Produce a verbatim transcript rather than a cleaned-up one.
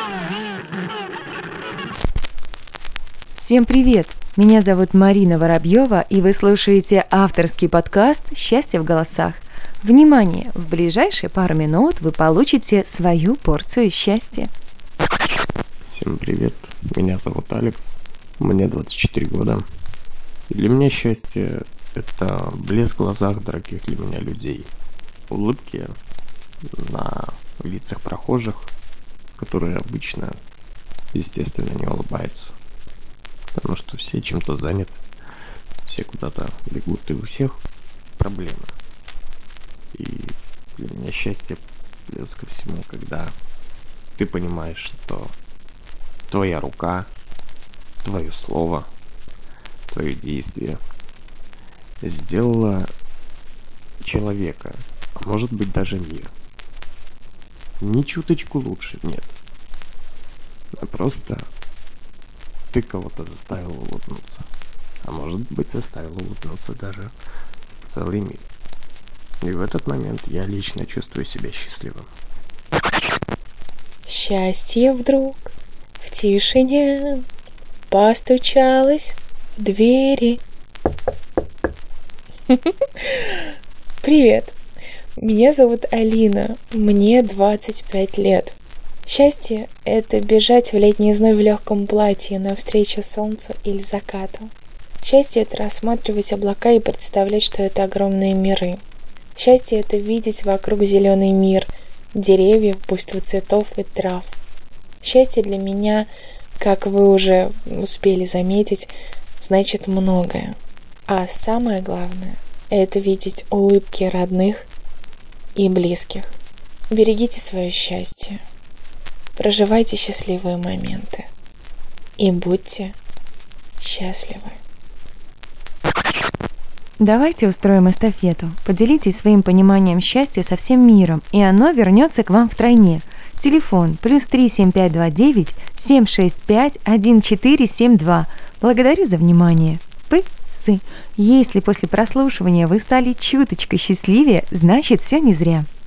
Всем привет! Меня зовут Марина Воробьева, и вы слушаете авторский подкаст «Счастье в голосах». Внимание! В ближайшие пару минут вы получите свою порцию счастья. Всем привет! Меня зовут Алекс, мне двадцать четыре года. И для меня счастье – это блеск в глазах дорогих для меня людей, улыбки на лицах прохожих, которые обычно, естественно, не улыбаются. Потому что все чем-то заняты, все куда-то бегут, и у всех проблемы. И для меня счастье плюс ко всему, когда ты понимаешь, что твоя рука, твое слово, твое действие сделало человека, а может быть даже мир, ни чуточку лучше, нет. А просто ты кого-то заставил улыбнуться. А может быть, заставил улыбнуться даже целый мир. И в этот момент я лично чувствую себя счастливым. Счастье вдруг в тишине постучалось в двери. Привет, меня зовут Алина, мне двадцать пять лет. Счастье – это бежать в летний зной в легком платье навстречу солнцу или закату. Счастье – это рассматривать облака и представлять, что это огромные миры. Счастье – это видеть вокруг зеленый мир, деревьев, буйство цветов и трав. Счастье для меня, как вы уже успели заметить, значит многое. А самое главное – это видеть улыбки родных и близких. Берегите свое счастье. Проживайте счастливые моменты и будьте счастливы. Давайте устроим эстафету. Поделитесь своим пониманием счастья со всем миром, и оно вернется к вам втройне. Телефон плюс три семь пять два девять семь шесть пять один четыре семь два. Благодарю за внимание. Пы-сы. Если после прослушивания вы стали чуточку счастливее, значит все не зря.